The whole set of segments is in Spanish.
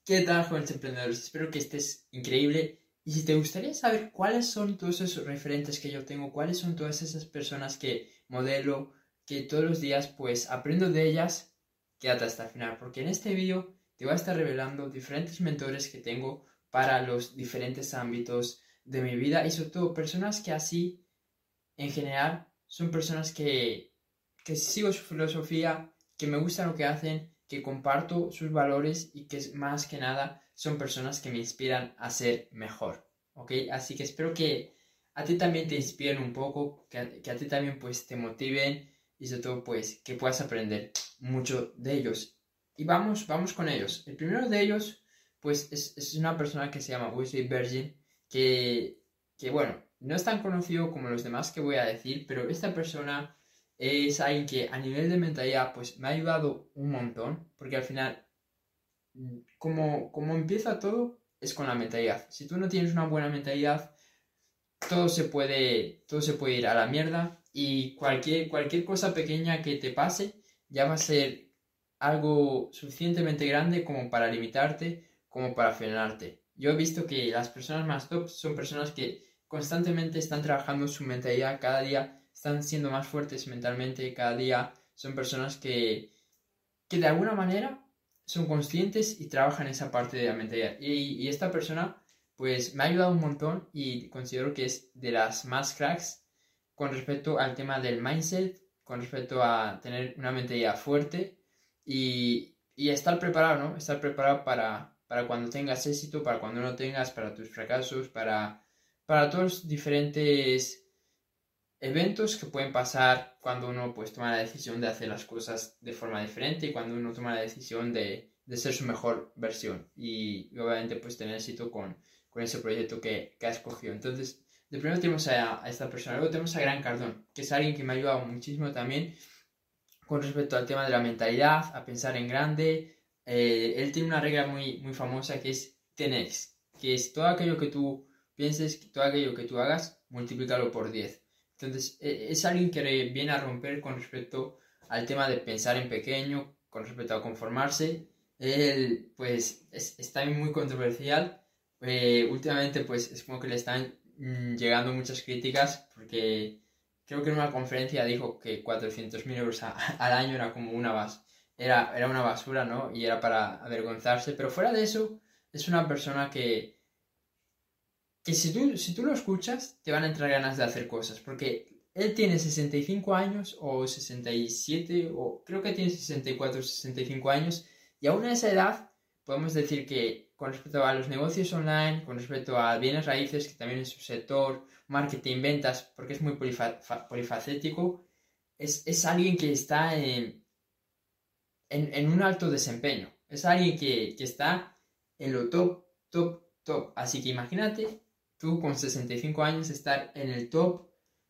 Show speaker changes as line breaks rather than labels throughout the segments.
¿Qué tal, jóvenes emprendedores? Espero que estés increíble. Y si te gustaría saber cuáles son todos esos referentes que yo tengo, cuáles son todas esas personas que modelo, que todos los días pues aprendo de ellas, quédate hasta el final, porque en este vídeo te voy a estar revelando diferentes mentores que tengo para los diferentes ámbitos de mi vida y sobre todo personas que así, en general, son personas que sigo su filosofía, que me gusta lo que hacen, que comparto sus valores y que más que nada son personas que me inspiran a ser mejor, ¿ok? Así que espero que a ti también te inspiren un poco, que a ti también pues te motiven y sobre todo pues que puedas aprender mucho de ellos. Y vamos con ellos. El primero de ellos pues es una persona que se llama Wesley Virgin, que bueno, no es tan conocido como los demás que voy a decir, pero esta persona es alguien que a nivel de mentalidad pues me ha ayudado un montón, porque al final, como empieza todo, es con la mentalidad. Si tú no tienes una buena mentalidad, todo se puede ir a la mierda y cualquier cosa pequeña que te pase ya va a ser algo suficientemente grande como para limitarte, como para frenarte. Yo he visto que las personas más top son personas que constantemente están trabajando su mentalidad, cada día están siendo más fuertes mentalmente, cada día son personas que de alguna manera son conscientes y trabajan esa parte de la mentalidad. Y esta persona pues me ha ayudado un montón y considero que es de las más cracks con respecto al tema del mindset, con respecto a tener una mentalidad fuerte y estar preparado, ¿no? Estar preparado para cuando tengas éxito, para cuando no tengas, para tus fracasos, para todos los diferentes eventos que pueden pasar cuando uno pues toma la decisión de hacer las cosas de forma diferente y cuando uno toma la decisión de ser su mejor versión y obviamente pues tener éxito con ese proyecto que ha escogido. Entonces, de primero tenemos a esta persona, luego tenemos a Grant Cardone, que es alguien que me ha ayudado muchísimo también con respecto al tema de la mentalidad, a pensar en grande. Él tiene una regla muy famosa que es 10x, que es todo aquello que tú pienses, todo aquello que tú hagas, multiplícalo por 10. Entonces, es alguien que viene a romper con respecto al tema de pensar en pequeño, con respecto a conformarse. Él, pues, es también muy controversial. Últimamente, pues, es como que le están llegando muchas críticas porque creo que en una conferencia dijo que 400.000 euros al año era como era una basura, ¿no? Y era para avergonzarse. Pero fuera de eso, es una persona que si tú lo escuchas, te van a entrar ganas de hacer cosas. Porque él tiene 65 años o 67, o creo que tiene 64 o 65 años. Y aún a esa edad, podemos decir que con respecto a los negocios online, con respecto a bienes raíces, que también es su sector, marketing, ventas, porque es muy polifacético, es alguien que está en un alto desempeño. Es alguien que está en lo top, top, top. Así que imagínate tú con 65 años estar en el top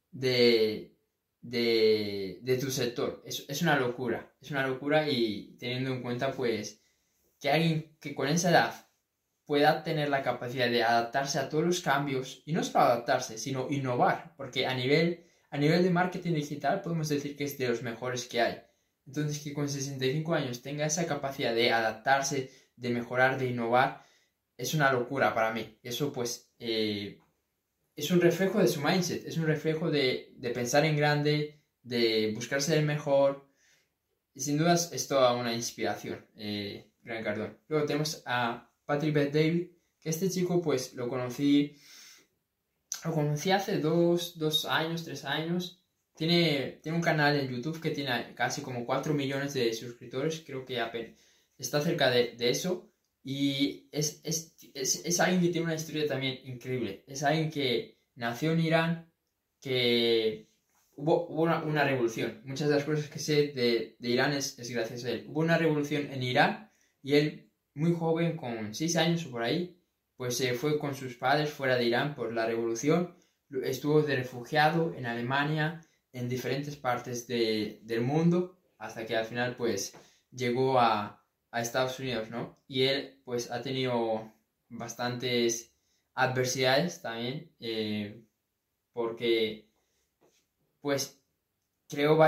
de tu sector. Es una locura. Es una locura y teniendo en cuenta pues que alguien que con esa edad pueda tener la capacidad de adaptarse a todos los cambios y no solo adaptarse, sino innovar, porque a nivel de marketing digital podemos decir que es de los mejores que hay. Entonces, que con 65 años tenga esa capacidad de adaptarse, de mejorar, de innovar, es una locura para mí. Eso pues es un reflejo de su mindset, es un reflejo de pensar en grande, de buscar ser el mejor. Y sin dudas es toda una inspiración, Grant Cardone. Luego tenemos a Patrick Bet-David, que este chico pues lo conocí hace dos años, 3 años. Tiene un canal en YouTube que tiene casi como 4 millones de suscriptores, creo que está cerca de eso. Y es alguien que tiene una historia también increíble. Es alguien que nació en Irán, que hubo una revolución. Muchas de las cosas que sé de Irán es gracias a él. Hubo una revolución en Irán y él, muy joven, con 6 años o por ahí, pues se fue con sus padres fuera de Irán por la revolución, estuvo de refugiado en Alemania, en diferentes partes del mundo, hasta que al final pues llegó a Estados Unidos, ¿no? Y él pues ha tenido bastantes adversidades también, porque pues creó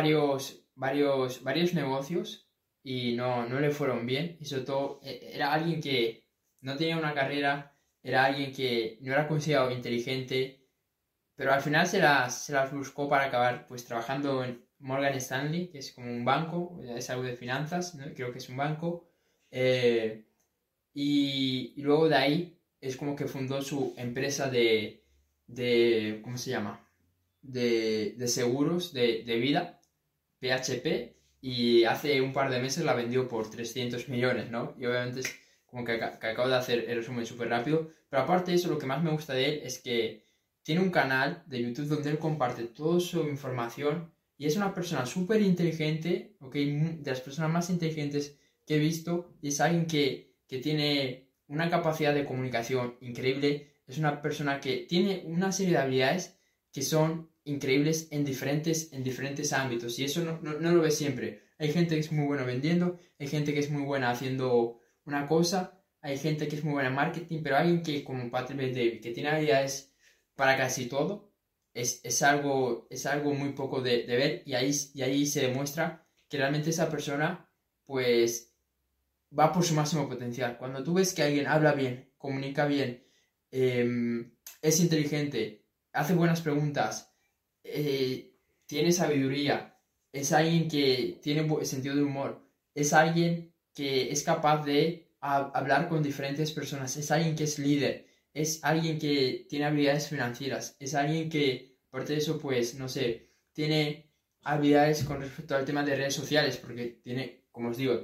varios negocios y no le fueron bien, y sobre todo era alguien que no tenía una carrera, era alguien que no era considerado inteligente, pero al final se las buscó para acabar pues trabajando en Morgan Stanley, que es como un banco, es algo de finanzas, ¿no? Creo que es un banco. eh, y luego de ahí es como que fundó su empresa ¿cómo se llama? De seguros de vida, PHP, y hace un par de meses la vendió por 300 millones, ¿no? Y obviamente es como que acabo de hacer el resumen súper rápido, pero aparte de eso, lo que más me gusta de él es que tiene un canal de YouTube donde él comparte toda su información y es una persona súper inteligente, ¿ok? De las personas más inteligentes que he visto, y es alguien que tiene una capacidad de comunicación increíble, es una persona que tiene una serie de habilidades que son increíbles en diferentes ámbitos y eso no lo ves siempre. Hay gente que es muy buena vendiendo, hay gente que es muy buena haciendo una cosa, hay gente que es muy buena en marketing, pero alguien que como Patrick Bet-David, que tiene habilidades para casi todo, es algo muy poco de ver y ahí se demuestra que realmente esa persona pues va por su máximo potencial. Cuando tú ves que alguien habla bien, comunica bien, es inteligente, hace buenas preguntas, tiene sabiduría, es alguien que tiene sentido de humor, es alguien que es capaz de hablar con diferentes personas, es alguien que es líder, es alguien que tiene habilidades financieras, es alguien que, aparte de eso, pues, no sé, tiene habilidades con respecto al tema de redes sociales, porque tiene, como os digo,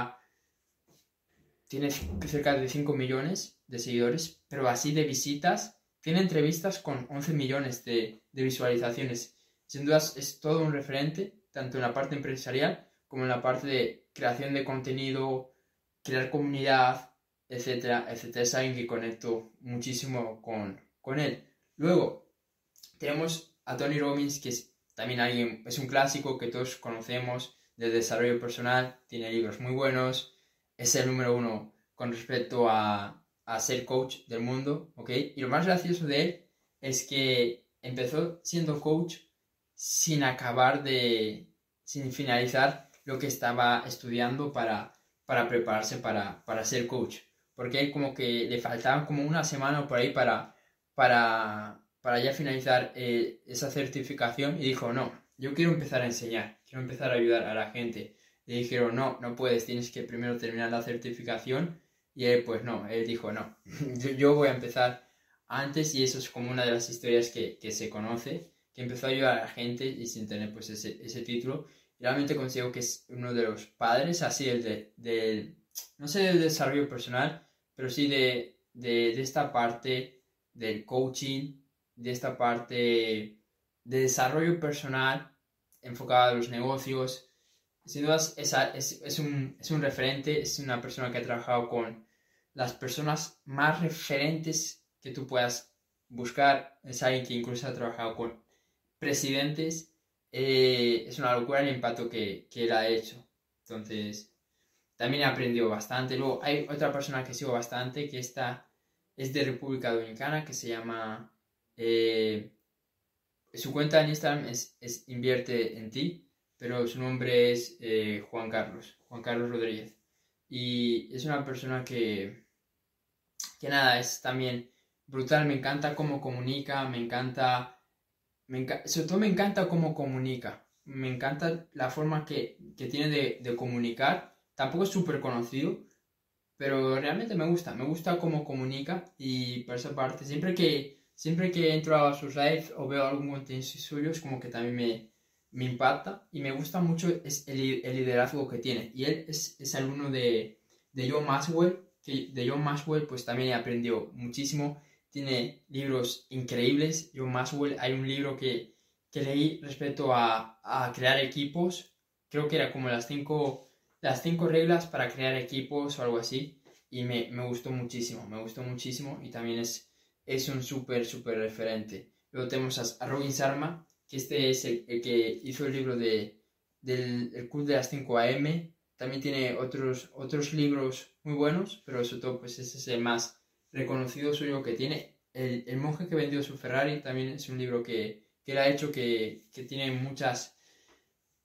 tiene cerca de 5 millones de seguidores, pero así de visitas, tiene entrevistas con 11 millones de visualizaciones. Sin dudas es todo un referente, tanto en la parte empresarial como en la parte de creación de contenido, crear comunidad, etcétera, etcétera. Es alguien que conecto muchísimo con él. Luego, tenemos a Tony Robbins, que es también alguien, es un clásico que todos conocemos de desarrollo personal, tiene libros muy buenos, es el número uno con respecto a ser coach del mundo, ¿ok? Y lo más gracioso de él es que empezó siendo coach sin sin finalizar lo que estaba estudiando para prepararse para ser coach. Porque él como que le faltaban como una semana por ahí para ya finalizar esa certificación y dijo, no, yo quiero empezar a enseñar, quiero empezar a ayudar a la gente. Le dijeron, no, no puedes, tienes que primero terminar la certificación. Y él, pues no, él dijo, no, yo voy a empezar antes y eso es como una de las historias que se conoce, que empezó a ayudar a la gente y sin tener pues ese título. Y realmente considero que es uno de los padres, así el no sé del desarrollo personal, pero sí de esta parte del coaching, de esta parte de desarrollo personal enfocada a los negocios. Sin dudas es un referente, es una persona que ha trabajado con las personas más referentes que tú puedas buscar. Es alguien que incluso ha trabajado con presidentes. Es una locura el impacto que él ha hecho. Entonces, también he aprendido bastante. Luego hay otra persona que sigo bastante, que esta es de República Dominicana, que se llama... su cuenta en Instagram es Invierte en ti, pero su nombre es Juan Carlos Rodríguez. Y es una persona que nada, es también brutal, me encanta cómo comunica, sobre todo me encanta cómo comunica, me encanta la forma que tiene de comunicar, tampoco es súper conocido, pero realmente me gusta cómo comunica y por esa parte, siempre que entro a sus lives o veo algún contenido suyo, es como que también me impacta y me gusta mucho es el liderazgo que tiene. Y él es alumno de John Maxwell, que de John Maxwell pues también he aprendido muchísimo. Tiene libros increíbles. John Maxwell, hay un libro que leí respecto a crear equipos, creo que era como las cinco reglas para crear equipos o algo así, y me gustó muchísimo y también es un súper referente. Luego tenemos a Robin Sharma, que este es el que hizo el libro del el Club de las 5 AM, también tiene otros libros muy buenos, pero sobre todo pues ese es el más reconocido suyo que tiene. El monje que vendió su Ferrari también es un libro que él ha hecho que tiene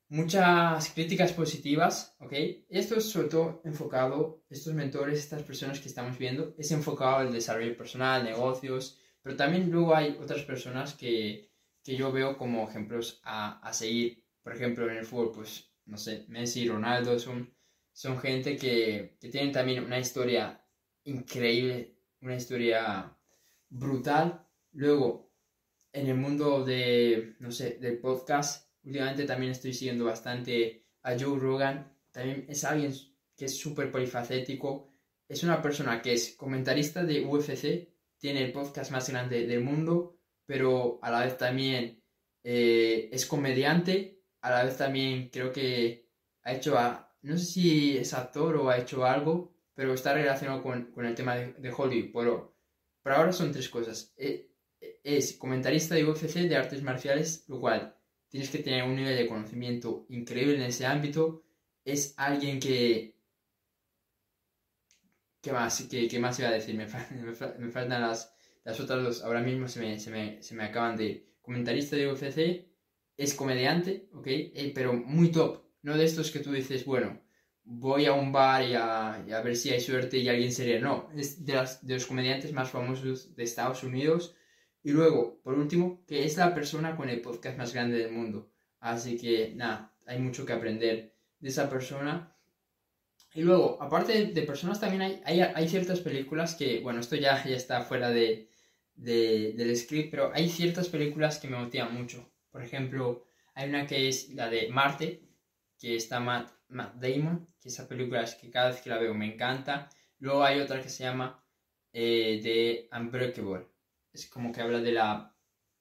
muchas críticas positivas, ¿ok? Esto es sobre todo enfocado, estos mentores, estas personas que estamos viendo, es enfocado al desarrollo personal, negocios, pero también luego hay otras personas que yo veo como ejemplos a seguir. Por ejemplo, en el fútbol, pues, no sé, Messi, Ronaldo, son gente que tienen también una historia increíble, una historia brutal. Luego, en el mundo de, no sé, del podcast, últimamente también estoy siguiendo bastante a Joe Rogan. También es alguien que es súper polifacético. Es una persona que es comentarista de UFC, tiene el podcast más grande del mundo, pero a la vez también es comediante. A la vez también creo que ha hecho, no sé si es actor o ha hecho algo, pero está relacionado con el tema de Hollywood. Pero por ahora son tres cosas. Es comentarista de UFC de artes marciales, lo cual tienes que tener un nivel de conocimiento increíble en ese ámbito. Es alguien que... ¿Qué más? ¿Qué más iba a decir? Me faltan las otras dos. Ahora mismo se me acaban de... Comentarista de UFC, es comediante, ¿ok? Pero muy top. No de estos que tú dices, bueno, voy a un bar y a ver si hay suerte y alguien sería. No, es de los comediantes más famosos de Estados Unidos. Y luego, por último, que es la persona con el podcast más grande del mundo. Así que, nada, hay mucho que aprender de esa persona. Y luego, aparte de personas, también hay ciertas películas que, bueno, esto ya está fuera del script, pero hay ciertas películas que me motivan mucho. Por ejemplo, hay una que es la de Marte, que está Matt Damon, que esa película es que cada vez que la veo me encanta. Luego hay otra que se llama The Unbreakable. Es como que habla de la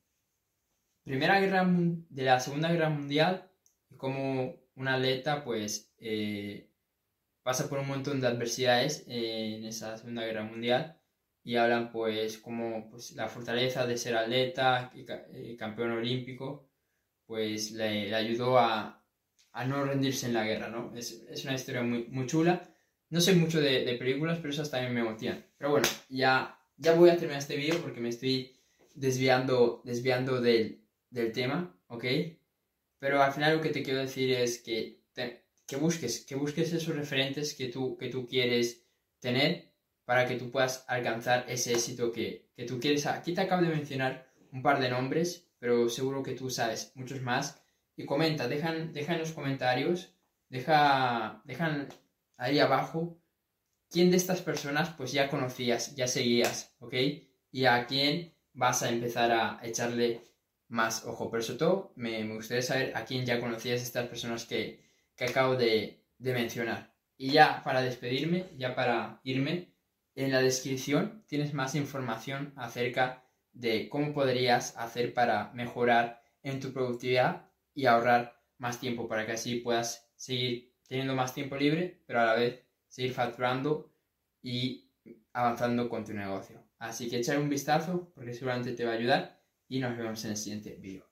de la Segunda Guerra Mundial y como un atleta, pues, pasa por un montón de adversidades en esa Segunda Guerra Mundial y hablan pues como pues, la fortaleza de ser atleta y campeón olímpico pues le ayudó a no rendirse en la guerra, ¿no? Es una historia muy chula. No sé mucho de películas, pero esas también me motivan. Pero bueno, ya voy a terminar este vídeo porque me estoy desviando del tema, ¿ok? Pero al final lo que te quiero decir es que busques esos referentes que tú quieres tener para que tú puedas alcanzar ese éxito que tú quieres. Aquí te acabo de mencionar un par de nombres, pero seguro que tú sabes muchos más. Y comenta, deja en los comentarios, dejan ahí abajo quién de estas personas pues ya conocías, ya seguías, ¿ok? Y a quién vas a empezar a echarle más ojo. Pero sobre todo me gustaría saber a quién ya conocías estas personas que acabo de mencionar. Y ya para despedirme, ya para irme, en la descripción tienes más información acerca de cómo podrías hacer para mejorar en tu productividad y ahorrar más tiempo para que así puedas seguir teniendo más tiempo libre, pero a la vez seguir facturando y avanzando con tu negocio. Así que echar un vistazo porque seguramente te va a ayudar y nos vemos en el siguiente vídeo.